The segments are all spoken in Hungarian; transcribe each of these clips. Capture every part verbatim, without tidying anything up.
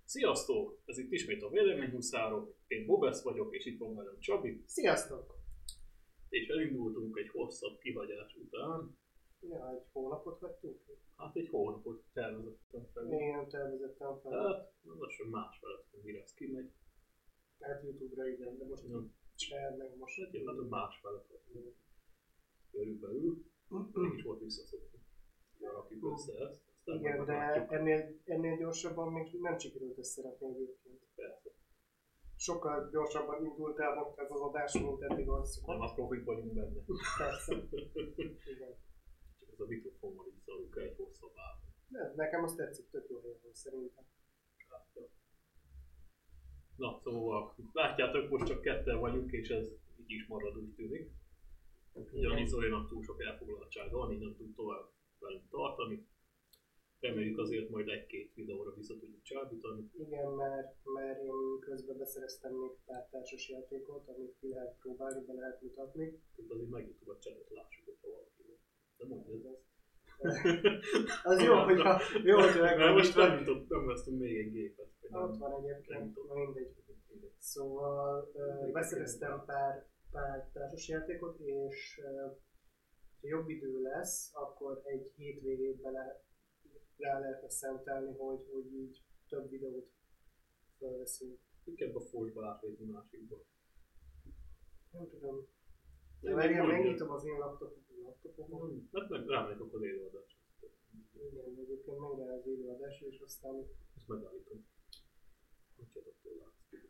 Sziasztok! Ez itt ismét a Véleményhuszárok. Én Bobesz vagyok, és itt van velem Csabi. Sziasztok! És elindultunk egy hosszabb kihagyás után. Ja, egy hónapot hagytunk? Hát egy hónapot tervezettem fel. Igen, tervezettem fel. Hát, lassan másfelet, mire ez kimegy. Hát YouTube-ra igen, de most nem. Se, meg most. Hát jó, hát a másfelet. Körülbelül. Mégis volt visszaszokni. Ja, rakjuk össze ezt. Igen, de ennél, ennél gyorsabban még nem sikerült összerakni egyébként. Persze. Sokkal gyorsabban indult el most ez az adás, mint eddig az szokott. Nem, a profik vagyunk benne. Persze. Igen. Csak ez a mikrofonval így szarunk el egy hosszabb át. De nekem azt tetszik, tök jó helyen van szerintem. Látja. Na, szóval látjátok, most csak ketten vagyunk, és ez így is marad, úgy tűnik. Ugyanis Zolinak túl sok elfoglaltsága van, így nem tud tovább velünk tartani. Reméljük azért majd egy-két videóra vissza tudjuk csábítani. Igen, mert, mert én közben beszereztem még pár társas játékot, amit ki lehet próbálni, be lehet mutatni. Tehát azért megjutunk a csatot, lássuk, hogyha valaki van. De mondjad ez. Az jó, hogyha jó, hogyha megvan. Most nem jutott, nem vesztünk még egy gépet. Ott van egyébként, na mindegy. Szóval uh, beszereztem pár, pár társas játékot, és uh, ha jobb idő lesz, akkor egy hétvégét bele rá lehetne szentelni, hogy, hogy így több videót felveszünk. Inkább a fósba átvétni másikba. Nem tudom. De várjál, megnyitom az én laptopomon. Hát meg rámegyek az élőadásra. Igen, egyébként meg rá az élőadásra, és aztán... Ezt megállítom. Hogy csatottól látsz?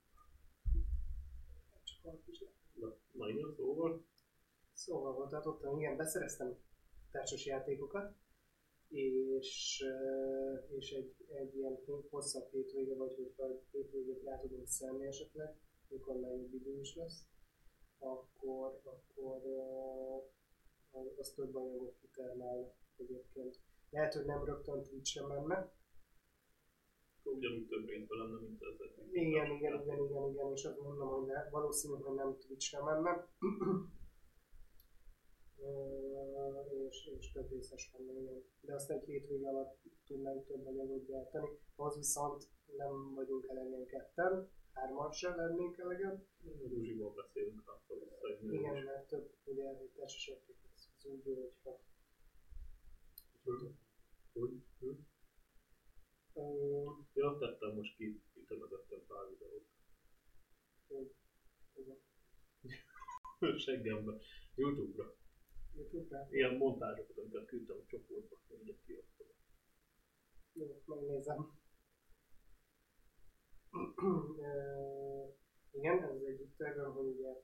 Csak alatt is lehet. Na, na igen, szóval? Szóval volt, tehát ott igen, beszereztem társas játékokat, és, és egy, egy ilyen hosszabb hétvége, vagy hogyha egy hétvégét rá tudunk szelni esetleg, mikor már jobb idő is lesz, akkor, akkor az több anyagot kitermel egyébként. Lehet, hogy nem rögtön Twitch-re menne. Ugyanúgy több részben lenne, mint ez. Igen, igen, igen, igen, igen, és azt mondom, hogy ne, valószínű, hogy nem Twitch-re menne. és, és több részes lenne, igen. De azt egy hétvége alatt tudnánk több anyagot gyártani. Az viszont nem vagyunk elegen ketten, hárman sem lennénk elegen. Rúzsiból beszélünk rá, szóval igen, mert több ugye egy társas játék az úgy jó, hogyha... Hogy? Hogy? Ja, tettem most ki, ütemezettem pár videót. Seggembe. YouTube-ra. YouTube-ra? Ilyen montázsokat, amiket küldtem a csoportba, egyet kiadtam. Jó, megnézem. Igen, ez az egyik tervem, hogy ugye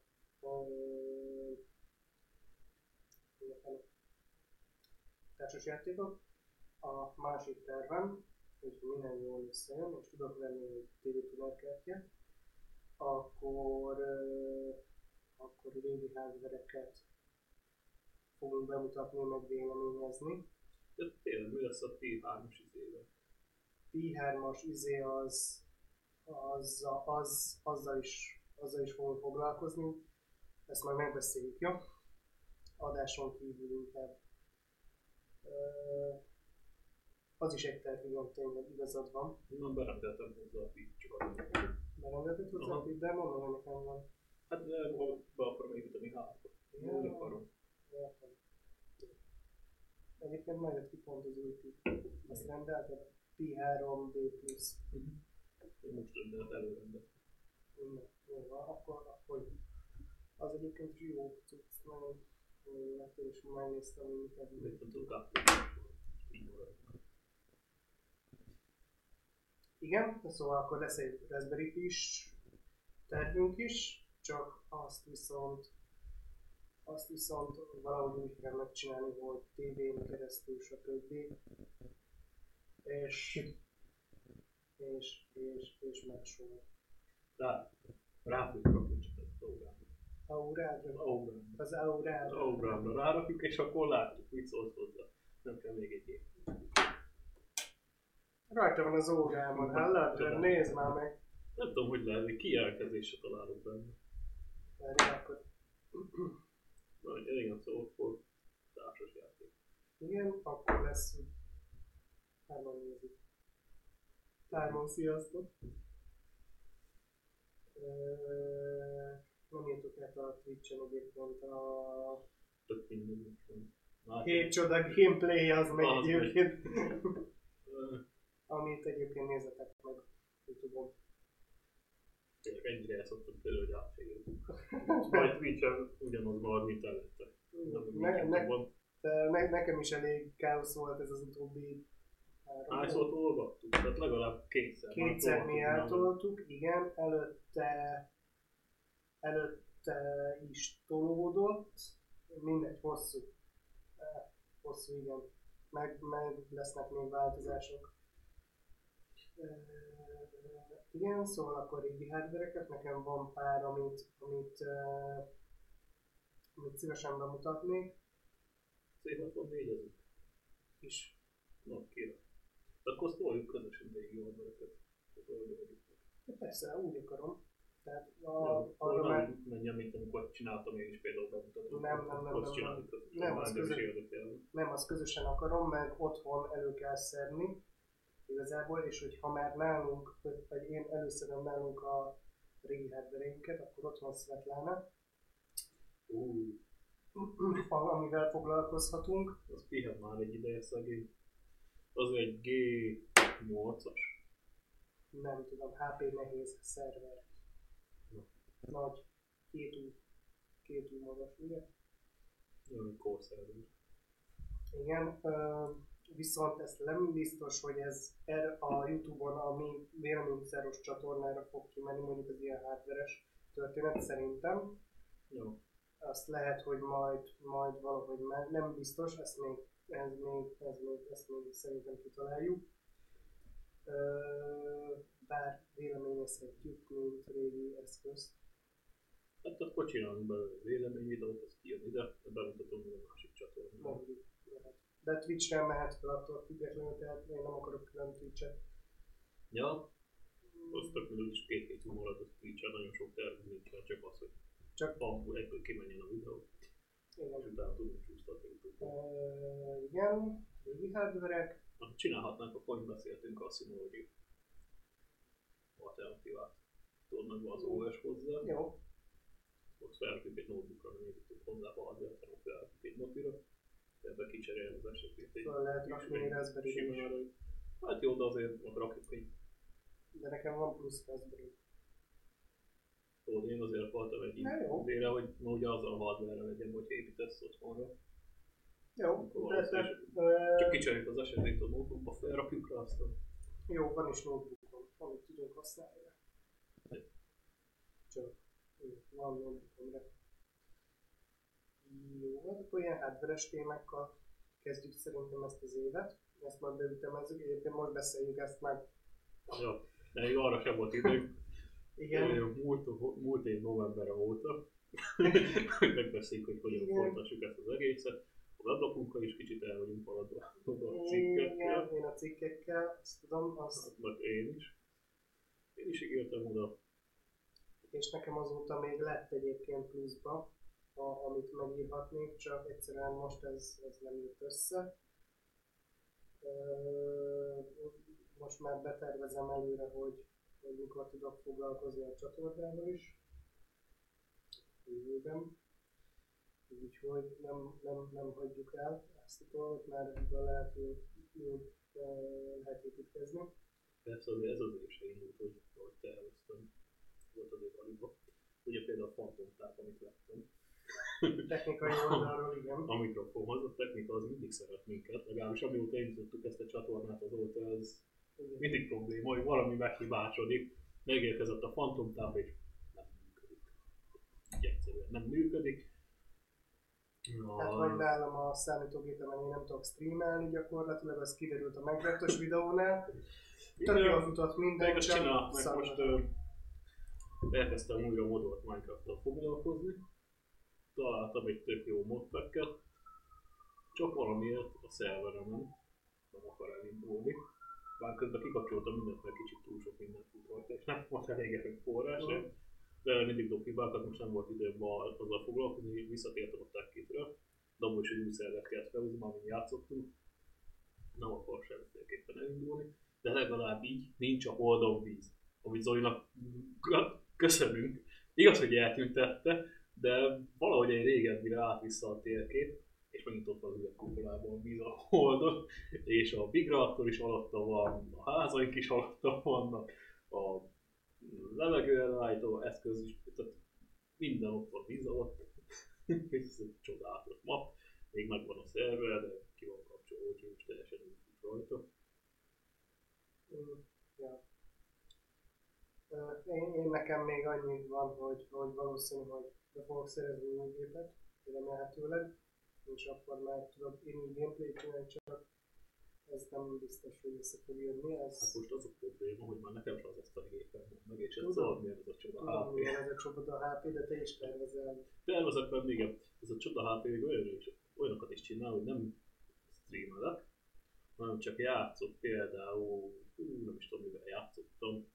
társas játékok. A másik tervem, hogy minden jól összejön, és tudok venni egy té vé tunerkártyát, akkor, akkor régi hardvereket fogunk bemutatni, meg véleményezni. De tényleg mi lesz a P hármas izével? P hármas izé az, az, az, azzal, is, azzal is fogunk foglalkozni. Ezt majd megbeszéljük, jó? Adáson kívül inkább. Az is egy terv, igen, tényleg igazad van. Nem berendeltem hozzá a pít, csak azt mondom. Berendelted hozzá a pít, de mondom, hogy nekem van. Hát de be akarom építeni házba. Ja, úgy akarom. Értem. Egyébként majd jött ki pont az új pít. Azt rendelted? P három D plusz. Én most rendelt, előrendelt. Jó, akkor, akkor az egyébként jó cucc, nagyon jó lett, és megnéztem, hogy mit eddig. Még nem tudok átvenni. Igen, szóval akkor lesz egy Raspberry Pi-s tervünk is, csak azt viszont azt viszont valahogy úgy kell megcsinálni, hogy tévén keresztül, stb. És és, és, és megsor. Rá, ráfőtt rakni csak az aurámra. Aurára? Aurámra. Az aurára. Az aurámra rárakjuk, és akkor látjuk, mit szólsz hozzá. Nem kell még egy év. Rajta van az órámon, hallod? Nézd már meg! Nem tudom, hogy lehet, hogy kijelkezésre találok benne. Várjál akkor. Na, igen, szóval akkor társas játék. Igen, akkor lesz, hogy hárman nézik. Hárman, sziasztok! Nem írtuk át a Twitch-en egyébként a... Tök mindegy. Hét csoda gameplay az meg Az egyébként. Amit egyébként nézzetek meg YouTube-on. Tényleg ennyire elszoktam tőle, hogy átférjük. Majd Twitch-en ugyanaz van, mint előtte. Ne, ne, ne, nekem is elég káosz volt ez az utóbbi három. Hányszor tolgattuk? Tehát legalább kétszer. Kétszer mi eltoltuk, igen. Előtte, előtte is tolódott. Mindegy, hosszú. Hosszú, igen. Meg, meg lesznek még változások. Igen, szóval akkor régi hardvereket, nekem van pár, amit, amit, uh, amit szívesen bemutatnék. Szépen van négyezünk. Is. Na, kérem. De akkor azt toljuk közösen régi hardvereket. Persze, úgy akarom. Tehát a, ja, arra már... már... menjen, mint amikor csináltam én is például bemutatom. Nem, nem, nem, azt nem, nem. közösen. Nem, az közösen, nem, az közösen akarom, meg otthon elő kell szedni. Igazából, és hogy ha már nálunk, vagy én először nálunk a régi hardvereinket, akkor ott van Svetlana, uh. amivel foglalkozhatunk. Az pihen már egy ideje szegény. Az egy G nyolcas. Nem tudom, há pé nehéz szerver. Na. Nagy, két ú, két ú magas, ugye? Olyan korszerűen. Igen. Uh, Viszont ez nem biztos, hogy ez a YouTube-on a mi véleményszeros csatornára fog kimenni, mondjuk az ilyen hardveres történet szerintem. Jó. Azt lehet, hogy majd, majd valahogy már nem biztos, ezt még, ez még, ez még, ezt még szerintem kitaláljuk. Bár véleményezhetjük, mint régi eszközt. Hát akkor csinálunk belőle véleményvideót, ezt kijön ide, de bemutatom még a másik csatornán. De Twitch-re mehet fel attól függetlenül, tehát én nem akarok külön Twitch-et. Ja, azt tök mindegy is két hét múlva marad a Twitch-en, nagyon sok tervünk nincsen, csak az, hogy csak pampul egyből kimenjen a videó. Igen. És utána tudunk csúsztatni YouTube-on. Uh, igen, régi hardverek. Hát csinálhatnánk, akkor hogy beszéltünk a Synology alternatívát. Tudod meg az o es hozzá. Jó. Ott felrakjuk egy notebookra, nem építünk hozzá a hardware-t, hanem felrakjuk egy notira. Ebbe kicserélem az esetét. Föl lehet rakni egy Raspberry-re. Hát jó, de azért rakjuk egy. De nekem van plusz Raspberry. Tudod, én azért akartam egy idére, hogy ma ugye azzal a hardware-re legyen, hogy építesz otthonra. Jó, de, de, de, csak kicserjük az esetét a notebookba, felrakjuk rá azt. Jó, van is notebookom, amit tudunk használni. Csak van notebookomra. Jó, hát akkor ilyen hardveres témákkal kezdjük szerintem ezt az évet. Ezt majd beütemezzük, egyébként most beszéljük ezt meg. Jó, de még arra sem volt időnk. Igen. Múlt, múlt év novemberre óta, hogy megbeszéljük, hogy hogyan folytassuk ezt az egészet. A weblapunkkal is kicsit el vagyunk maradva a cikkekkel. Igen, én a cikkekkel, ezt tudom. Azt... Hát, én is. Én is ígértem oda. És nekem azóta még lett egyébként pluszba, a, amit megírhatnék, csak egyszerűen most ez, ez nem jött össze. Most már betervezem előre, hogy, hogy mikor tudok foglalkozni a csatornával is. Jövőben. Úgyhogy nem, nem, nem hagyjuk el ezt a dolgot, mert ebből lehet, hogy lehet építkezni. Persze azért ez azért se indult, hogy, hogy terveztem. Volt azért aliba. Ugye például a Phantom Tap, amit vettem. Technikai oldalról, igen. A mikrofonhoz, a technika az mindig szeret minket, legalábbis amióta indítottuk ezt a csatornát azóta ez igen. Mindig probléma, hogy valami meghibásodik. Megérkezett a Phantom Tap és nem működik. Így egyszerűen nem működik. No. Hát vagy nálam a számítógépemen én nem tudok streamelni gyakorlatilag, az kiderült a megvetős videónál. Tök jól futott minden, meg csak csinál, meg most ö, elkezdtem újra modolt Minecraft-tal foglalkozni. Találtam egy tök jó modpacket, csak valamiért a szerveremen nem akar elindulni. Bár közben kikapcsoltam mindent, mert kicsit túl sok mindent fut rajta, és nem volt elég erős forrás, uh-huh. De mindig dob hibákat, most nem volt időm azzal foglalkozni, visszatértem a Tech-Kitre, de abból is egy új szervert kellett felhozni, már játszottunk, nem akar semmiféleképpen elindulni. de legalább így nincs a holdon víz, amit Zolinak köszönünk. Igaz, hogy eltüntette, de valahogy egy régebbire átvissza a térkép, és megint ott van az üvegkupolában a víz a holdon, és a Big Raptor is alatta van, a házaink is alatta vannak, a levegőellállító eszköz is, tehát minden ott van víz alatt. Ez egy csodálatos map, még megvan a szerver, de ki van kapcsolva, úgyhogy most teljesen úgy fut rajta. Mm, ja. Én, én nekem még annyi van, hogy, hogy valószínű, hogy be fogok szerezni új gépet, remélhetőleg, és akkor már tudok én így gameplayt csinálni, csak ez nem biztos, hogy össze fog jönni. Ez... Hát most az a probléma, hogy már nekem sem az ezt a gépem van meg, és ez szóval milyen ez a csoda Tudom, há pé. milyen ez a csoda há pé, de te is tervezel. Tervezek, mert még ez a csoda há pé még olyan, olyanokat is csinál, hogy nem streamelek, hanem csak játszok például, hú, nem is tudom, mivel játszottam.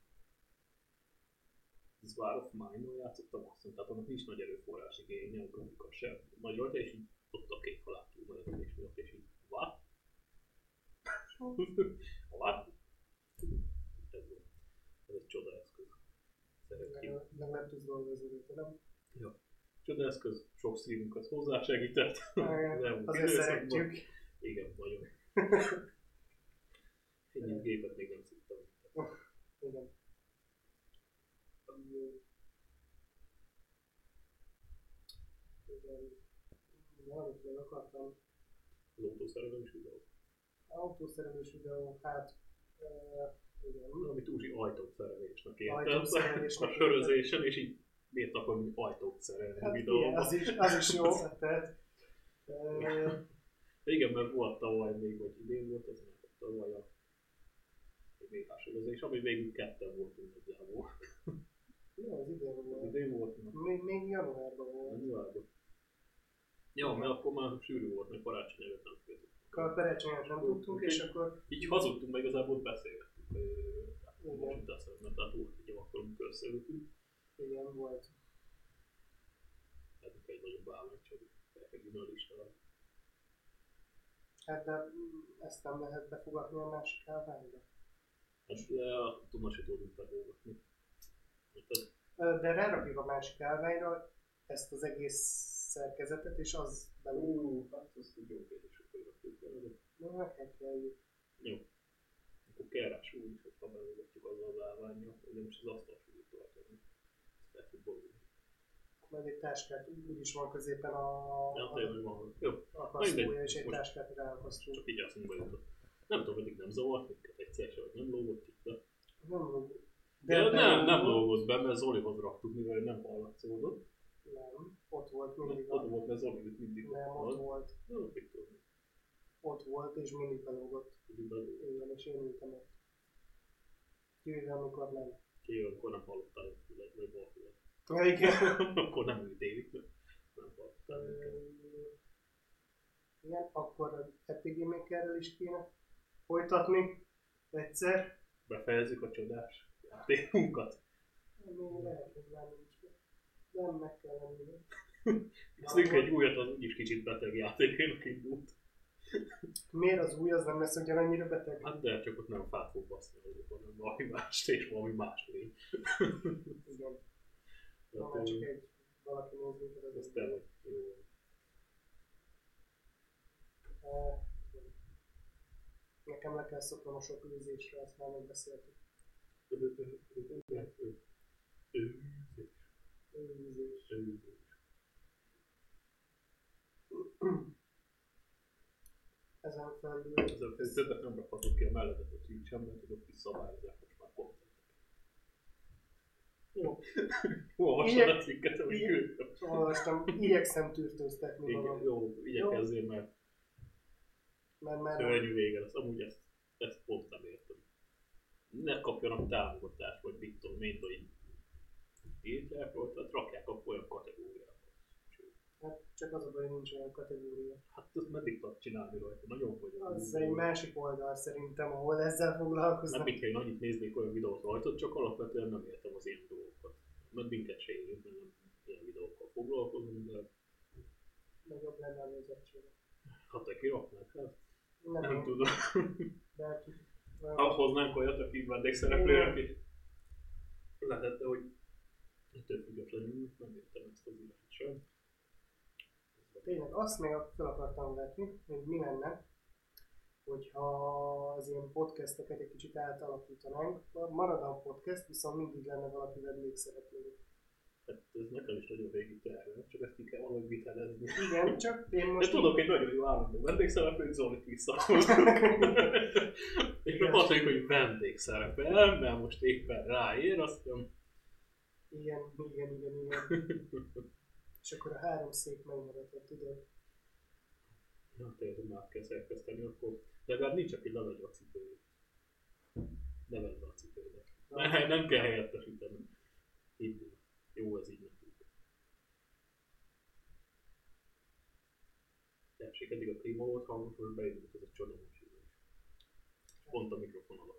Ez War of Mine-nal játszottam, azt mondta, tehát annak nincs nagy erőforrás igénye, a grafika sem nagy rajta, és így ott a két halál túl nagyon és miatt, és így what? What? Ez volt. Ez egy csoda eszköz. Szeretjük. Meg nem tudsz dolgozni, nem? Ja. Csoda eszköz, sok streamünket hozzásegített. Azért szeretjük. Igen, nagyon. Ennyi gépet még nem szívtam. Igen. Igen. Valamit még akartam. Az autószerelős videó? Autószerelős videó, hát... Uh, igen. Amit Uzsi ajtószerelésnek értem. Ajtószerelésnek a sörözésen, és így miért akarom ajtót szerelni hát videóban. Az is, az is jó, tehát... Uh, igen, mert volt tavaly még, vagy idén volt, az nem tavaly a vétásörözés, ami végül ketten voltunk nagyjából. Jó, az idén volt. Az idén volt. Még, még januárban volt. Januárban. Ja, mert akkor már sűrű volt, meg karácsony előtt nem féltünk. Karácsonyat nem tudtunk, és akkor... Így hazudtunk, meg igazából beszélgettünk. Most itt azt mondom, tehát volt így akkor, amikor összeültünk. Igen, volt. Ez egy nagyobb állam, csak elkezdjük a listával. Hát de ezt nem lehet befogadni a másik állványba. Hát de a tudósító tudunk bedolgozni. De rárakjuk a másik állványra ezt az egész szerkezetet, és az belül. Ú, hát ez egy jó kérdés, hogy rakjuk bele. Na, meghekkeljük. Jó. Akkor kell rá súlyt, hogyha belőgetjük azzal az állványra, hogy most az asztal súlyt tartani. Ezt el fog borulni. Majd egy táskát, úgyis van középen a... Ja, tényleg van. Jó. Akasztója, és egy táskát ráakasztunk. Csak így eszünkbe jutott. Nem tudom, eddig nem zavart minket egyszer sem, hogy nem lógott itt be. Nem lógott. De, de nem, nem lógott be, mert Zolihoz raktuk, mivel nem hallatszódott. Nem, ott volt mindig. Ott volt, mert Zoli mindig nem, ott volt. volt. Nem, mit tudom. Ott volt, és mindig belógott. Mindig belógott. Igen, és én ültem ott. Kivéve, amikor nem. Kivéve, amikor nem hallottál a fület, vagy bal fület. Ja, igen. Akkor nem ültél itt, nem hallottál minket. Igen, akkor az Epic Makerrel is kéne folytatni egyszer. Befejezzük a csodás játékunkat. Még lehet, hogy már nincs. Nem meg kell lenni. Hiszünk egy újat, az úgyis kicsit beteg játékének indult. Miért az új, az nem lesz ugyanannyira beteg? Hát de csak ott nem fát fog baszni, hanem valami mást és valami más lény. Igen. Na, már csak egy valaki néz minket az ez tényleg jó. Uh, nekem le kell szoknom a sok űzésre, ezt már megbeszéltük. Űzés. Ezen felül... Ezen felül többet nem rakhatok ki a mellettet a Twitch-en, mert tudok is szabályozzák most már kontentet. Jó. Olvastad a cikket, amit küldtem. Olvastam, igyekszem tűrtőztetni magam. Jó, igyekezzél, mert mert már szörnyű vége lesz. Amúgy ezt, ezt pont nem értem. Ne kapjanak támogatást, vagy mit tudom én, hogy írják róla, tehát rakják a olyan kategóriába. Hát csak az a baj, nincs olyan kategória. Hát ezt meddig tudod csinálni rajta, nagyon fogyó. Az egy másik oldal szerintem, ahol ezzel foglalkoznak. Nem kell, én annyit néznék olyan videót rajtad, csak alapvetően nem értem az ilyen dolgokat. Mert minket se érjük, mert nem ilyen videókkal foglalkozunk, de... Nagyobb lenne a nézettsége. Hát te kiraknák, hát? Nem, nem tudom. De Ha hoznánk olyat, aki vendégszereplőnek is letette, hogy ettől függetlenül nem értem ezt az irányt sem. Tényleg azt még fel akartam vetni, hogy mi lenne, hogyha az ilyen podcasteket egy kicsit átalakítanánk. Maradna a podcast, viszont mindig lenne valaki vendégszereplő. Hát ez nekem is nagyon régi terve, csak ezt ki kell valahogy vitelezni. Igen, csak én most... De tudok egy nagyon jó állandó vendégszereplőt, Zolit visszahozom. És meg azt mondjuk, hogy vendégszerepel, mert most éppen ráér, azt mondom... Igen, igen, igen, igen. És akkor a három szék megmaradhat, tudod? Na, tényleg már kell szerkeszteni, akkor legalább nincs, aki levegye a cipőjét. Ne vedd be a cipőjét. Nem, nem kell helyettesíteni. Így jó, ez így nekünk. Tessék, eddig a klíma volt hangos, most beindult ez a csodálós ülés. Pont a mikrofon alatt.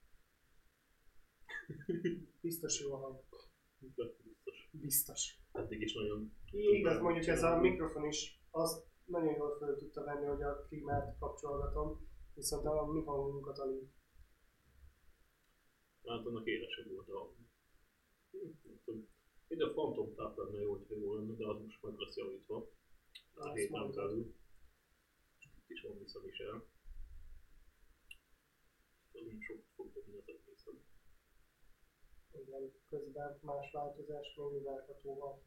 Biztos jó a hang. Biztos. Biztos. Eddig is nagyon... Igaz, mondjuk ez a mikrofon is azt nagyon jól fel tudta venni, hogy a klímát kapcsolgatom, viszont a mi hangunkat alig. Hát annak élesebb volt a hang. Ide a Phantom Tap lenne jó, hogyha jó lenne, de az most meg lesz javítva. A héten belül. Itt is van vissza Michel. Az nem sokat fog dobni az egészet. Igen, közben más változás még várható van.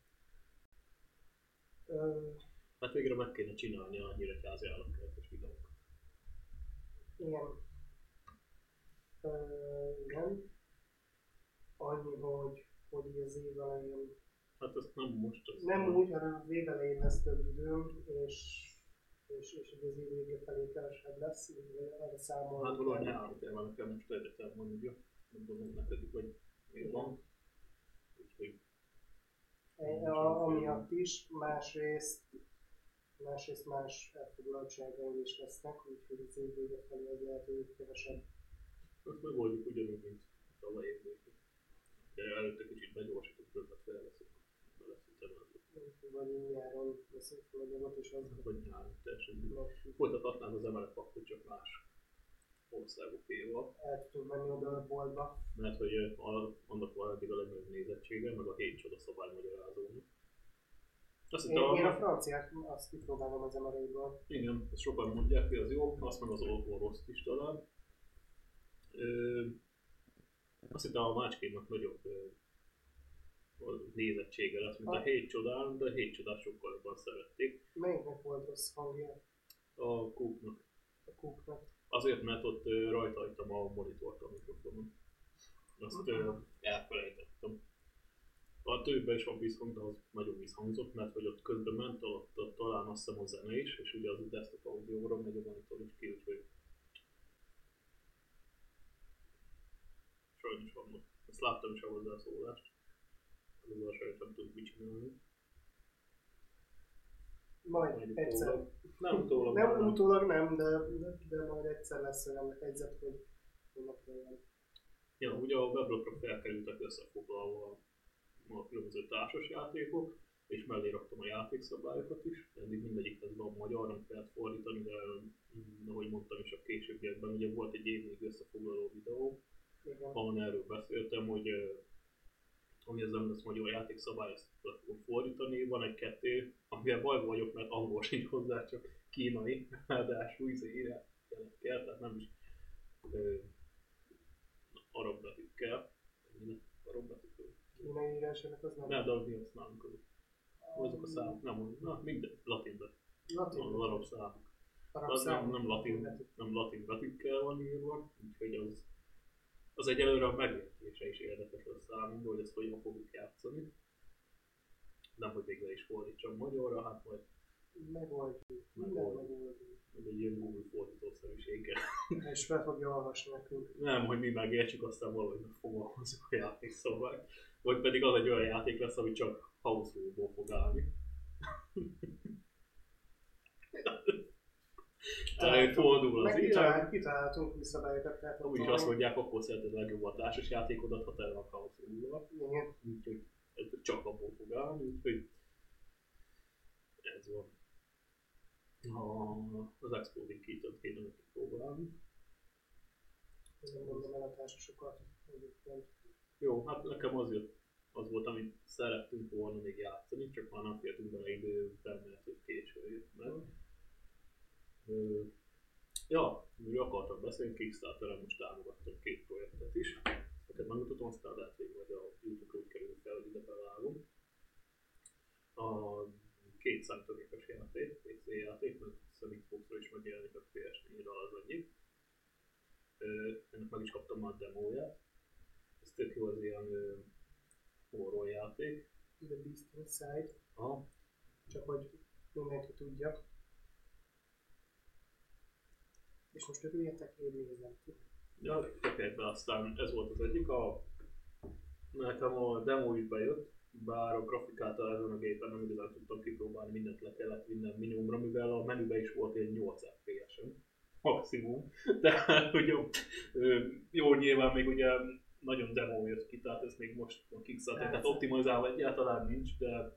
Ö... Hát végre meg kéne csinálni a Nyíregyházi állatkertes videókat. Igen. Ö, igen. Annyi, hogy, hogy az év elején... Hát ezt nem most. Az nem úgy, hanem az év elején lesz több időm, és, és, és az év vége felé kevesebb lesz, így erre számolni. Hát valahogy nyáron kell, mert nekem most egyetem van, ugye? Nem tudom neked, hogy mi van. Úgyhogy... Amiatt is, másrészt, másrészt más elfoglaltságaim is lesznek, úgyhogy az év vége felé az lehet, hogy kevesebb. Azt megoldjuk ugyanúgy, mint tavaly év végén. De előtte kicsit begyorsított, többet felveszünk. Vagy nyáron veszünk fel a dolgot, és az... Vagy nyáron, teljesen. Folytathatnánk az emeletpaktot, csak más országokéval. El tudunk menni oda a boltba. Mert hogy a, annak van eddig a legnagyobb nézettsége, meg a hét csoda szabálymagyarázónak. Én, a... én a franciát azt kipróbálom az em er á-ból. Igen, ezt sokan mondják, hogy az jó, azt meg az orvoszt is talán. Ö, azt hittem a mácskémnak nagyobb ö, nézettsége lesz, mint a, a hét csodán, de a hét csodát sokkal jobban szerették. Melyiknek volt rossz hangja? A Cooknak. A Cooknak. Azért, mert ott ö, rajta hagytam a monitort a mikrofonon. Azt ö, elfelejtettem. A többen is van visszhang, de az nagyon visszhangzott, mert hogy ott közben ment, ott, ott talán azt hiszem a zene is, és ugye az desktop audióra megy a monitor is ki, úgyhogy sajnos vannak. Ezt láttam is a hozzászólást. Azzal sajnos nem tudunk mit csinálni. Majd, majd egyszer. Utólag. Nem utólag. Nem, nem utólag nem, de, de, de majd egyszer lesz olyan helyzet, hogy vannak olyan. Ja, ugye a weblapra felkerültek összefoglalva a különböző társasjátékok, és mellé raktam a játékszabályokat is. Eddig mindegyikhez van magyar, nem kellett fordítani, de ahogy mondtam is a későbbiekben, ugye volt egy évig összefoglaló videó, ahol erről beszéltem, hogy ami az nem lesz magyar játékszabály, ezt le fogom fordítani. Van egy kettő, amivel bajban vagyok, mert angol sincs hozzá, csak kínai, ráadásul izé jelekkel, tehát nem is ö, arab betűkkel. Arab betűkkel. Kínai írásának az nem? Nem, de az mi használunk azok. Azok a számok, nem, na mindegy, latin betű. Latin betű. Az arab számok. Arab az számok. nem, nem, latin, nem latin betűkkel van írva, úgyhogy az az egyelőre a megértése is érdekes a számunkra, hogy ezt hogyan fogjuk játszani. Nem, hogy végre is fordítsam magyarra, hát majd megoldjuk. Megoldjuk. Meg egy ilyen Google fordítószerűséggel. És fel fogja olvasni nekünk. Nem, hogy mi megértsük, aztán valahogy megfogalmazzuk a játékszabályt. Vagy pedig az egy olyan játék lesz, ami csak house rule-ból fog állni. Előfordul az ilyen. Kitaláltunk új szabályokat. Tehát úgy is azt mondják, akkor szereted legjobb a társas játékodat, ha te a house rule-val. Igen. Úgyhogy ez csak abból fog állni, úgyhogy ez van. Ha az Exploding Kitten kéne neki próbálni. Nem mondom el a társasokat egyébként. Jó, hát nekem az jött. Az volt, amit szerettünk volna még játszani, csak már nem féltünk bele idő után, mert hogy késő jött meg. Mm. Ja, miről akartam beszélni, Kickstarteren most támogattam két projektet is. Ezeket megmutatom, aztán lehet, hogy majd a YouTube-ra úgy kerül fel, hogy ide bevágom. A két számítógépes játék, pé cé játék, meg szerintem Xboxra is megjelenik, a pé es négyre az egyik. Ennek meg is kaptam már a demóját. Ez tök jó, az ilyen horror játék. The Beast Inside. Aha. Csak hogy mindenki tudja. És most örüljetek, én nézem ki. Ja, tökélet be, aztán ez volt az egyik. A... Nekem a demo is bejött, bár a grafikát ezen a gépen nem igazán tudtam kipróbálni, mindent le kellett minden minimumra, mivel a menüben is volt egy nyolc ef pé es-en. Maximum. Tehát ugye jó, nyilván még ugye nagyon demo jött ki, tehát ez még most a Kickstarter, tehát optimalizálva egyáltalán nincs, de...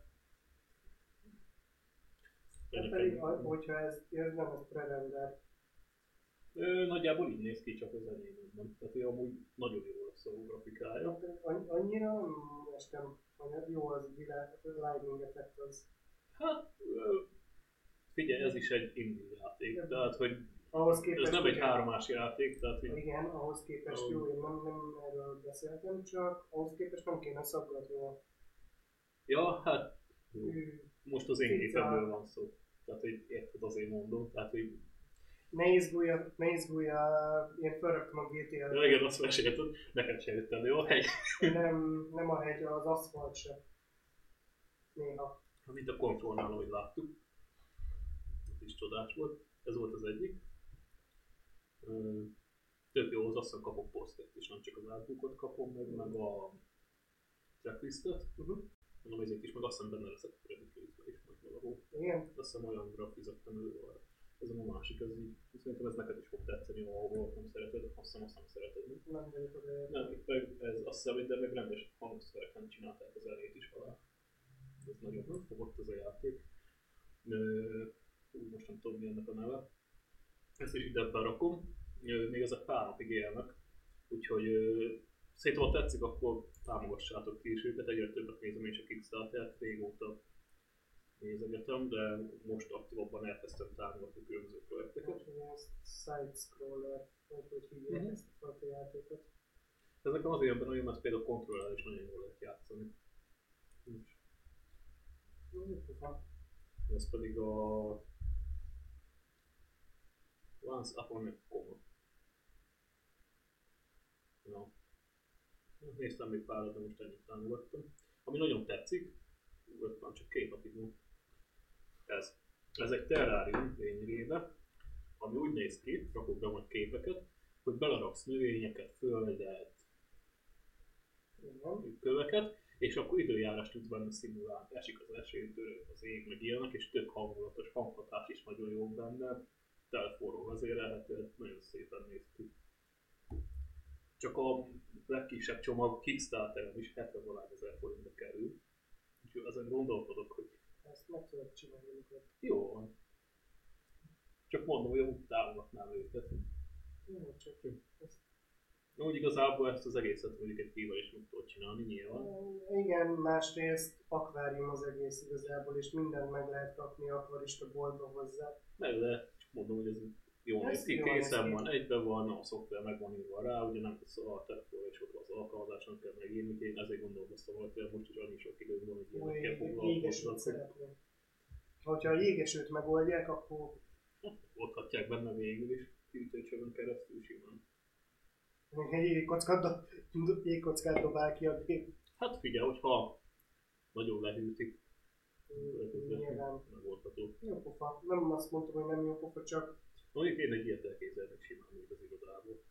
De pedig, hogyha ez, ez nem az pre-render. Nagyjából így néz ki, csak az enyém nem. Tehát ő amúgy nagyon jó lesz a grafikája. Annyira nem estem, hogy jó az világ, a lightning effekt az. Hát figyelj, ez is egy indie játék, ja. Tehát hogy ahhoz képest, ez nem egy háromás játék, tehát hogy... Igen, ahhoz képest jó, én nem, nem erről beszéltem, csak ahhoz képest nem kéne szaggatnia. Ja, hát jó. Most az én gépemről van szó. Tehát hogy érted, azért mondom, tehát hogy... Ne izgulj, ne izgulj, én felraktam a gé té á-t. Ja, igen, azt mesélted, neked sem jött elő a hegy. Nem, nem a hegy, az aszfalt sem. Néha. Amit a kontrollnál, ahogy láttuk. Ez is csodás volt. Ez volt az egyik. Tök jó, az azt hiszem kapok posztert is, nem csak az artbookot kapom meg, meg a checklistet. Uh-huh. Mondom, ezért is, meg azt hiszem benne leszek a credit listbe is majd valahol. Igen. Azt hiszem olyan grafizettem elő arra. Ez a másik, ez így, szerintem ez neked is fog tetszeni, ahol nem szereted, azt hiszem azt nem szereted. Nem vagyok oda. Nem, itt meg ez azt hiszem, hogy de meg rendes hangszereken csinálták az elét is alá. Ez nagyon uh-huh. fogott ez a játék. Hú, most nem tudom mi ennek a neve. Ezt is ide berakom. Még ezek pár napig élnek. Úgyhogy szerintem ha tetszik, akkor támogassátok ti is őket. Egyre többet nézem én is a Kickstarter-t, régóta nézegetem, de most aktívabban elkezdtem támogatni különböző projekteket. Ez side-scroller, vagy hogy hívják mm-hmm. ezt a fajta játékot. Ez nekem azért jobban nagyon, mert például kontrollál is nagyon jól lehet játszani. Nincs. Ez pedig a Once Upon a Coma. Ja. Néztem még párat, de most ennyit támogattam. Ami nagyon tetszik, ez már csak két napig van. Ez. Ez egy terrárium lényegében, ami úgy néz ki, rakok be majd képeket, hogy beleraksz növényeket, földet, köveket, és akkor időjárást tudsz benne szimulálni. Esik az eső, török az ég, meg ilyenek, és tök hangulatos, hanghatás is nagyon jó benne. Telefonról vezérelhető, nagyon szépen néz ki. Csak a legkisebb csomag Kickstarteren is hetven ezer forintba kerül. Úgyhogy ezen gondolkodok, hogy... Ezt meg tudod csinálni, amikor... Jó van. Csak mondom, hogy úgy támogatnám őket. Jó, csak ezt... Úgy igazából ezt az egészet mondjuk egy híva is meg tudod csinálni, nyilván. Igen, másrészt akvárium az egész igazából, és mindent meg lehet kapni akvarista boltba hozzá. Meg lehet, csak mondom, hogy ez jó néz ki, készen van, egyben van, a szoftver meg van írva rá, ugye nem tudsz a telefonra és ott az alkalmazás, nem kell megírni, én ezért gondolkoztam, hogy most is annyi sok időm van, hogy ilyen kell foglalkozni. Ha a jégesőt megoldják, akkor... Oldhatják benne végül is, hűtőcsövön keresztül simán. Jégkockát dobál ki a gép. Hát figyelj, hogyha nagyon lehűtik, nyilván megoldható. Jó pofa. Nem azt mondtam, hogy nem jó pofa, csak... Mondjuk én egy ilyet elképzelnek simán még az irodából.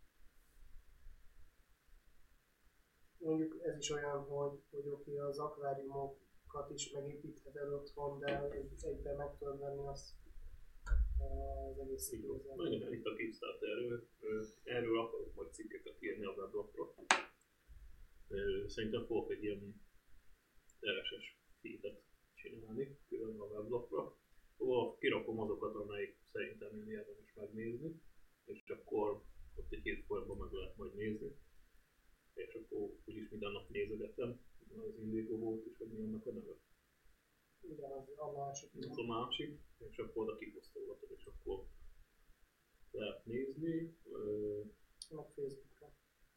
Mondjuk ez is olyan, hogy, hogy oké, az akváriumokat is megépítheted otthon, de egyben meg tudod venni azt az egész igazán. Igen, itt a Kickstarterről, erről akarok majd cikkeket írni a weblapra. Szerintem fogok egy ilyen er es es feedet csinálni külön a weblapra. Ahol kirakom azokat, amelyik szerintem én érdemes megnézni, és akkor ott egy hírfolyamban meg lehet majd nézni. És akkor úgyis minden nap nézegetem az Indigo volt is, hogy mi annak a neve. Igen, az a másik. Ez a másik, és akkor oda kiposztolgatod, és akkor lehet nézni. Meg Facebookra.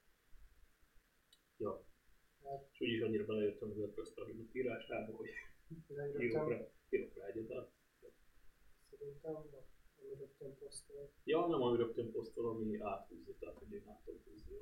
Ja. Hát. És úgyis annyira belejöttem az WordPress pluginok írásába, hogy írok rá, írok rá egyet át. Szerintem nem, ami rögtön posztol. Ja, nem ami rögtön posztol, ami áthúzni, tehát hogy én át tudom húzni.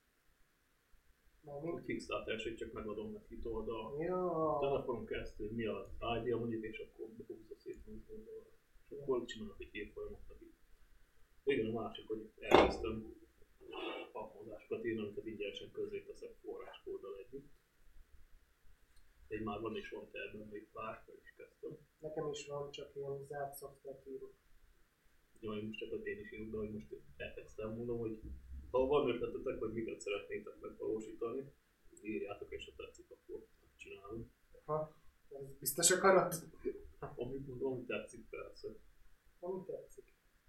A Kickstarter-sét csak megadom neki oldal. Ja. A telefonon keresztül mi az i dé mondjuk, és akkor behúzza szét húzni oldalra. És akkor csinálok egy hírfolyamot neki. Igen, a másik, hogy elkezdtem alkalmazásokat írni, amiket ingyenesen közzé teszek forráskóddal együtt. Egy már van is van terben, még pár, meg is kezdtem. Nekem is van, csak ilyen zárt szoftvert írok. Ja, én most csak az én is írok, de hogy most elkezdtem, mondom, hogy ha van ötletetek, hogy miket szeretnétek megvalósítani, írjátok, és ha tetszik, akkor csinálunk. Ha, ez biztos akarat? Hát, amit mondom, ami tetszik persze. Ami tetszik.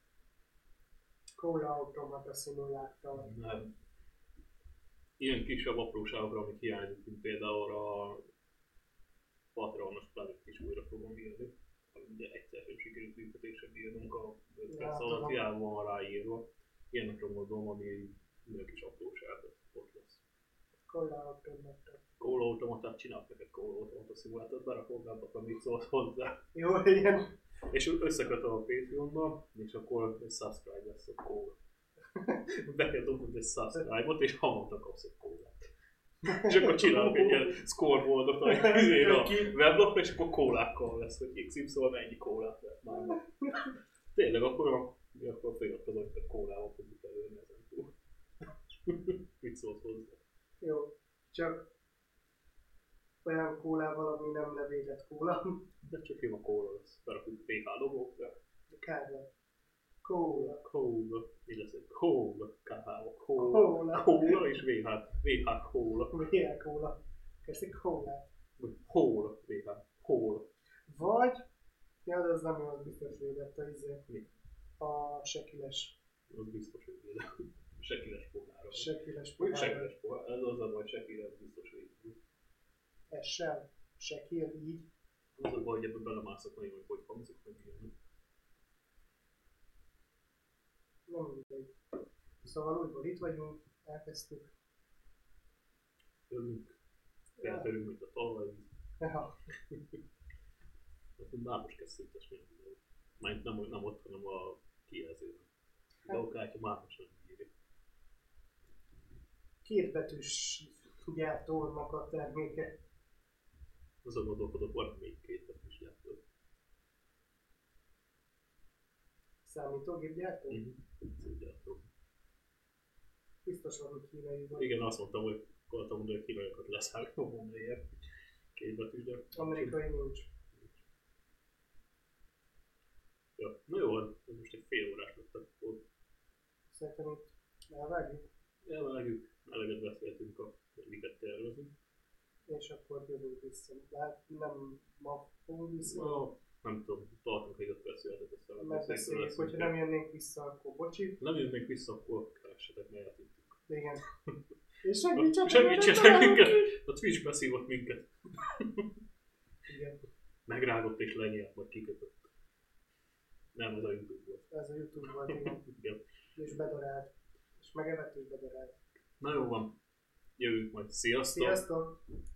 Cola automata szimulátor. Nem. Ilyen kisebb apróságokra, amik hiányzik, mint például a Patreonos plugin is újra fogom írni. Ugye egyszer sem sikerült működésre bírnunk, a WordPress alatt hiába van ráírva. Ilyenekre mondom, ami minden kis apróság ott lesz. Cola automata. Cola automatát csinálok neked, Cola automata szimulátort, berakom abba, amit szólsz hozzá. Jó, igen. És összekötöm a Patreonnal, és akkor egy subscribe lesz a Cola. Be kell dobnod egy subscribe-ot, és havonta kapsz egy Colát. És akkor csinálok egy ilyen scoreboardot a weblapra, és akkor kólákkal lesz, hogy iksz ipszilon mennyi kólát lehet már. Tényleg, akkor a akkor feliratkozom, hogy kólával fogjuk előni ezen túl. Mit szólsz hozzá? Jó, csak olyan kólával, ami nem levédett kóla. De csak jó a kóla lesz, berakjuk pé há logókra. Kárva. Kóla. Kóla. Mi lesz egy kóla? ká há-val. Kóla. Kóla és vé há. vé há kóla. vé há kóla. Kezdik kólát. Vagy hóla. vé há. Hóla. Vagy, ja, de az nem jó, az biztos védett a izé. Mi? A sekiles. Az biztos, hogy védett. Sekiles pohára. Sekiles pohára. pohára. Sekiles pohára. Ez az a baj, sekire biztos védett. Ez sem. Sekil, így. Az a baj, hogy ebben belemászok nagyon, hogy hogy hangzik, hogy ilyen. Nem mindegy. Szóval újból itt vagyunk, elkezdtük. Örülünk. Feltörünk, mint a talaj. Ja. Már most kezd szintes minden videó. Már nem, nem ott, hanem a kijelzőben. De okállja már most nem írja. Kétbetűs gyártónak a terméke. Azon gondolkodok, van még kétbetűs gyártó. Számítógépgyártó? Mhm. Gyártó. Biztos van, hogy kínai vagy. Igen, azt mondtam, hogy akartam mondani, hogy kínaiakat leszállítom volna ilyet. Kétbetűs gyártó. Amerikai nincs. Ja, na jó, ez most egy fél órás lett akkor. Szerintem itt elvágjuk. Elvágjuk, eleget beszéltünk a miket tervezünk. És akkor jövünk vissza. De hát nem ma fogunk vissza. No, nem tudom, tartunk egy öt perc jöhetet össze. Megbeszéljük, hogyha nem jönnénk vissza, akkor bocsi. Nem jönnénk vissza, akkor keressetek, mert eltűntünk. Igen. És segítsetek! Segítsetek minket! A Twitch beszívott minket. Igen. Megrágott és lenyílt, majd kikötött. Nem, ez a YouTube volt. Ez a YouTube volt, igen. Igen. És bedarált. És megevett és bedarált. Na jó van. Jövünk majd. Sziasztok! Sziasztok!